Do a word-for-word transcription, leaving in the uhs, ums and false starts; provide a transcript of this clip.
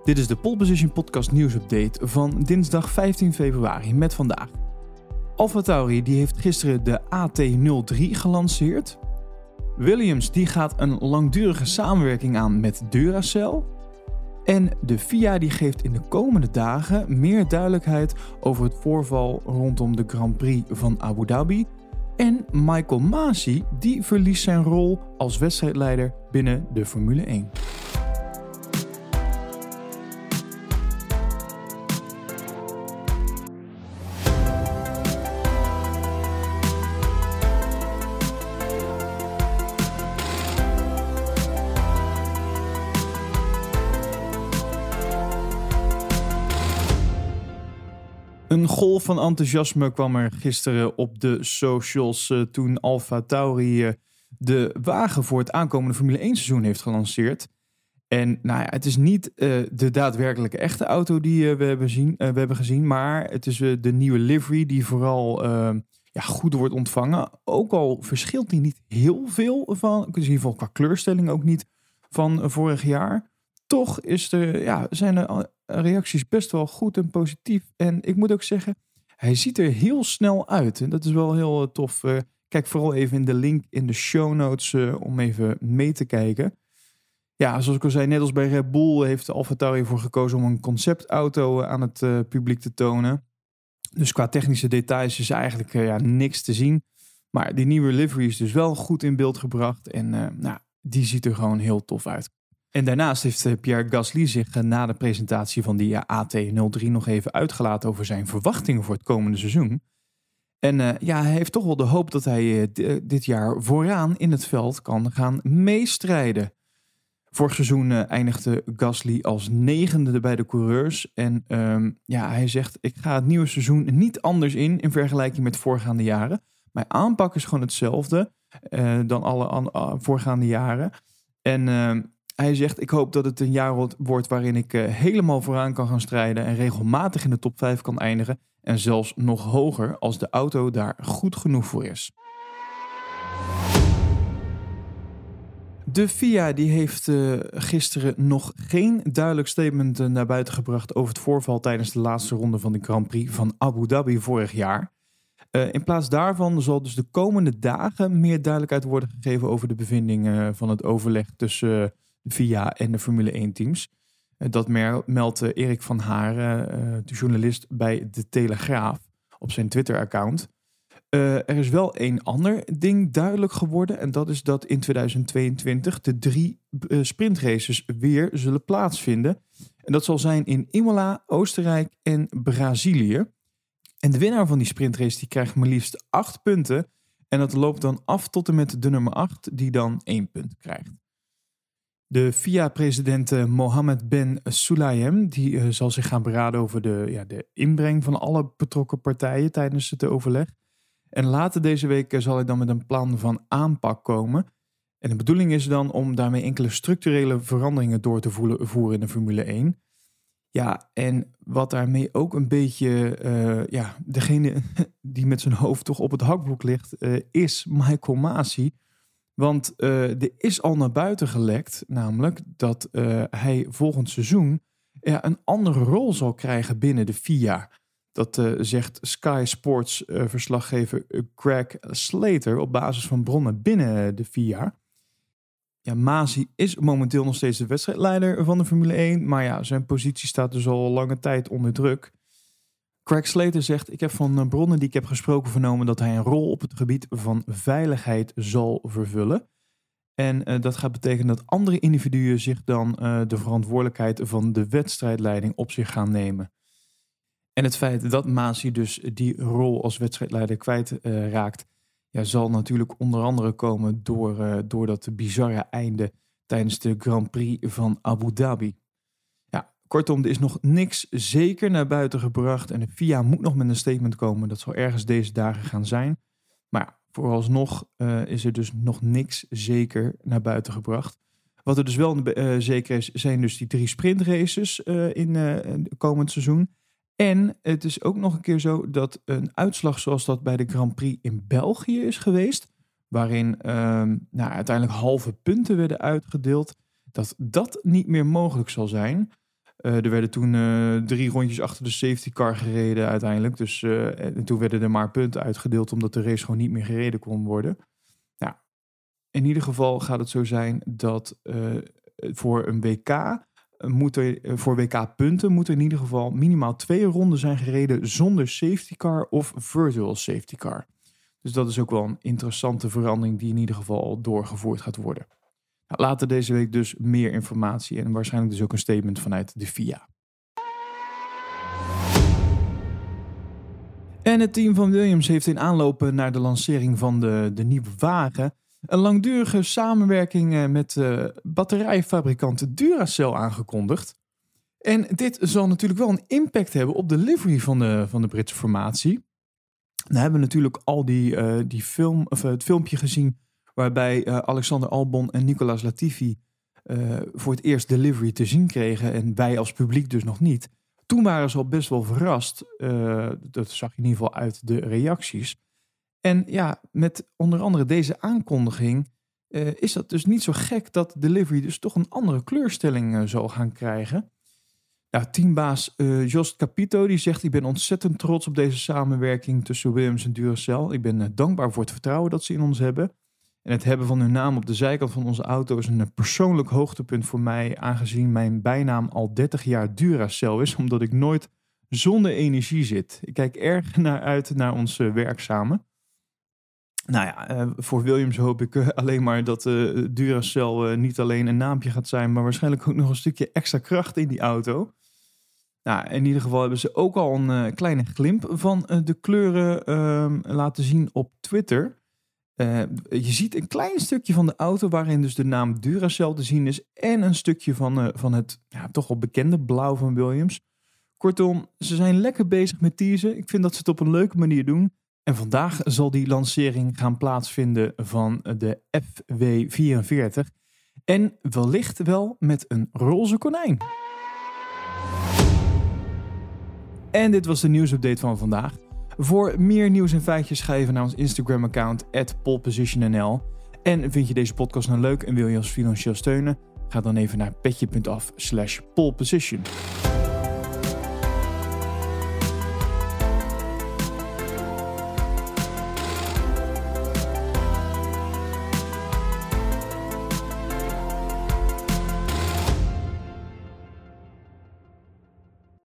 Dit is de Pole Position Podcast nieuwsupdate van dinsdag vijftien februari met vandaag. AlphaTauri die heeft gisteren de A T nul drie gelanceerd. Williams die gaat een langdurige samenwerking aan met Duracell. En de F I A die geeft in de komende dagen meer duidelijkheid over het voorval rondom de Grand Prix van Abu Dhabi. En Michael Masi die verliest zijn rol als wedstrijdleider binnen de Formule één. Een golf van enthousiasme kwam er gisteren op de socials uh, toen AlphaTauri uh, de wagen voor het aankomende Formule één seizoen heeft gelanceerd. En nou ja, het is niet uh, de daadwerkelijke echte auto die uh, we, hebben zien, uh, we hebben gezien, maar het is uh, de nieuwe livery die vooral uh, ja, goed wordt ontvangen. Ook al verschilt die niet heel veel van, in ieder geval qua kleurstelling ook niet van uh, vorig jaar. Toch is er, ja, zijn de reacties best wel goed en positief. En ik moet ook zeggen, hij ziet er heel snel uit. En dat is wel heel uh, tof. Uh, kijk vooral even in de link in de show notes uh, om even mee te kijken. Ja, zoals ik al zei, net als bij Red Bull heeft AlphaTauri ervoor gekozen om een conceptauto uh, aan het uh, publiek te tonen. Dus qua technische details is eigenlijk uh, ja, niks te zien. Maar die nieuwe livery is dus wel goed in beeld gebracht. En uh, nou, die ziet er gewoon heel tof uit. En daarnaast heeft Pierre Gasly zich na de presentatie van die A T nul drie nog even uitgelaten over zijn verwachtingen voor het komende seizoen. En uh, ja, hij heeft toch wel de hoop dat hij uh, d- dit jaar vooraan in het veld kan gaan meestrijden. Vorig seizoen uh, eindigde Gasly als negende bij de coureurs. En um, ja, hij zegt, ik ga het nieuwe seizoen niet anders in in vergelijking met voorgaande jaren. Mijn aanpak is gewoon hetzelfde uh, dan alle an- uh, voorgaande jaren. En Uh, Hij zegt, ik hoop dat het een jaar wordt waarin ik uh, helemaal vooraan kan gaan strijden en regelmatig in de top vijf kan eindigen en zelfs nog hoger als de auto daar goed genoeg voor is. De F I A die heeft uh, gisteren nog geen duidelijk statement uh, naar buiten gebracht over het voorval tijdens de laatste ronde van de Grand Prix van Abu Dhabi vorig jaar. Uh, in plaats daarvan zal dus de komende dagen meer duidelijkheid worden gegeven over de bevindingen van het overleg tussen uh, de F I A en de Formule één teams. Uh, dat mer- meldt uh, Erik van Haren, uh, de journalist bij De Telegraaf, op zijn Twitter-account. Uh, er is wel één ander ding duidelijk geworden. En dat is dat in tweeduizend tweeëntwintig de drie uh, sprintraces weer zullen plaatsvinden. En dat zal zijn in Imola, Oostenrijk en Brazilië. En de winnaar van die sprintrace die krijgt maar liefst acht punten. En dat loopt dan af tot en met de nummer acht die dan één punt krijgt. De F I A-president uh, Mohammed Ben Sulayem die uh, zal zich gaan beraden over de, ja, de inbreng van alle betrokken partijen tijdens het overleg. En later deze week uh, zal hij dan met een plan van aanpak komen. En de bedoeling is dan om daarmee enkele structurele veranderingen door te voeren in de Formule één. Ja, en wat daarmee ook een beetje, uh, ja, degene die met zijn hoofd toch op het hakblok ligt, uh, is Michael Masi. Want uh, er is al naar buiten gelekt, namelijk dat uh, hij volgend seizoen ja, een andere rol zal krijgen binnen de F I A. Dat uh, zegt Sky Sports uh, verslaggever Greg Slater op basis van bronnen binnen de F I A. Ja, Masi is momenteel nog steeds de wedstrijdleider van de Formule één, maar ja, zijn positie staat dus al lange tijd onder druk. Greg Slater zegt, ik heb van bronnen die ik heb gesproken vernomen dat hij een rol op het gebied van veiligheid zal vervullen. En uh, dat gaat betekenen dat andere individuen zich dan uh, de verantwoordelijkheid van de wedstrijdleiding op zich gaan nemen. En het feit dat Masi dus die rol als wedstrijdleider kwijt uh, raakt, ja, zal natuurlijk onder andere komen door, uh, door dat bizarre einde tijdens de Grand Prix van Abu Dhabi. Ja, kortom, er is nog niks zeker naar buiten gebracht en de F I A moet nog met een statement komen. Dat zal ergens deze dagen gaan zijn. Maar ja, vooralsnog uh, is er dus nog niks zeker naar buiten gebracht. Wat er dus wel uh, zeker is, zijn dus die drie sprintraces uh, in uh, komend seizoen. En het is ook nog een keer zo dat een uitslag zoals dat bij de Grand Prix in België is geweest, waarin um, nou, uiteindelijk halve punten werden uitgedeeld, dat dat niet meer mogelijk zal zijn. Uh, er werden toen uh, drie rondjes achter de safety car gereden uiteindelijk. Dus uh, en toen werden er maar punten uitgedeeld omdat de race gewoon niet meer gereden kon worden. Nou, in ieder geval gaat het zo zijn dat uh, voor een W K... Uh, moet er, uh, voor W K-punten moeten in ieder geval minimaal twee ronden zijn gereden zonder safety car of virtual safety car. Dus dat is ook wel een interessante verandering die in ieder geval al doorgevoerd gaat worden. Nou, later deze week dus meer informatie en waarschijnlijk dus ook een statement vanuit de F I A. En het team van Williams heeft in aanloop naar de lancering van de, de nieuwe wagen een langdurige samenwerking met uh, batterijfabrikant Duracell aangekondigd. En dit zal natuurlijk wel een impact hebben op de livery van de, van de Britse formatie. We hebben natuurlijk al die, uh, die film, of, uh, het filmpje gezien waarbij uh, Alexander Albon en Nicolas Latifi uh, voor het eerst de livery te zien kregen en wij als publiek dus nog niet. Toen waren ze al best wel verrast. Uh, dat zag je in ieder geval uit de reacties. En ja, met onder andere deze aankondiging uh, is dat dus niet zo gek dat de livery dus toch een andere kleurstelling uh, zal gaan krijgen. Ja, teambaas uh, Jost Capito die zegt: ik ben ontzettend trots op deze samenwerking tussen Williams en Duracell. Ik ben uh, dankbaar voor het vertrouwen dat ze in ons hebben. En het hebben van hun naam op de zijkant van onze auto is een uh, persoonlijk hoogtepunt voor mij, aangezien mijn bijnaam al dertig jaar Duracell is, omdat ik nooit zonder energie zit. Ik kijk erg naar uit naar ons uh, werk samen. Nou ja, uh, voor Williams hoop ik uh, alleen maar dat uh, Duracell uh, niet alleen een naampje gaat zijn, maar waarschijnlijk ook nog een stukje extra kracht in die auto. Nou, in ieder geval hebben ze ook al een uh, kleine glimp van uh, de kleuren uh, laten zien op Twitter. Uh, je ziet een klein stukje van de auto waarin dus de naam Duracell te zien is en een stukje van, uh, van het ja, toch wel bekende blauw van Williams. Kortom, ze zijn lekker bezig met teasen. Ik vind dat ze het op een leuke manier doen. En vandaag zal die lancering gaan plaatsvinden van de F W vierenveertig. En wellicht wel met een roze konijn. En dit was de nieuwsupdate van vandaag. Voor meer nieuws en feitjes ga even naar ons Instagram-account at polepositionnl. En vind je deze podcast nou leuk en wil je ons financieel steunen? Ga dan even naar petje punt af slash poleposition.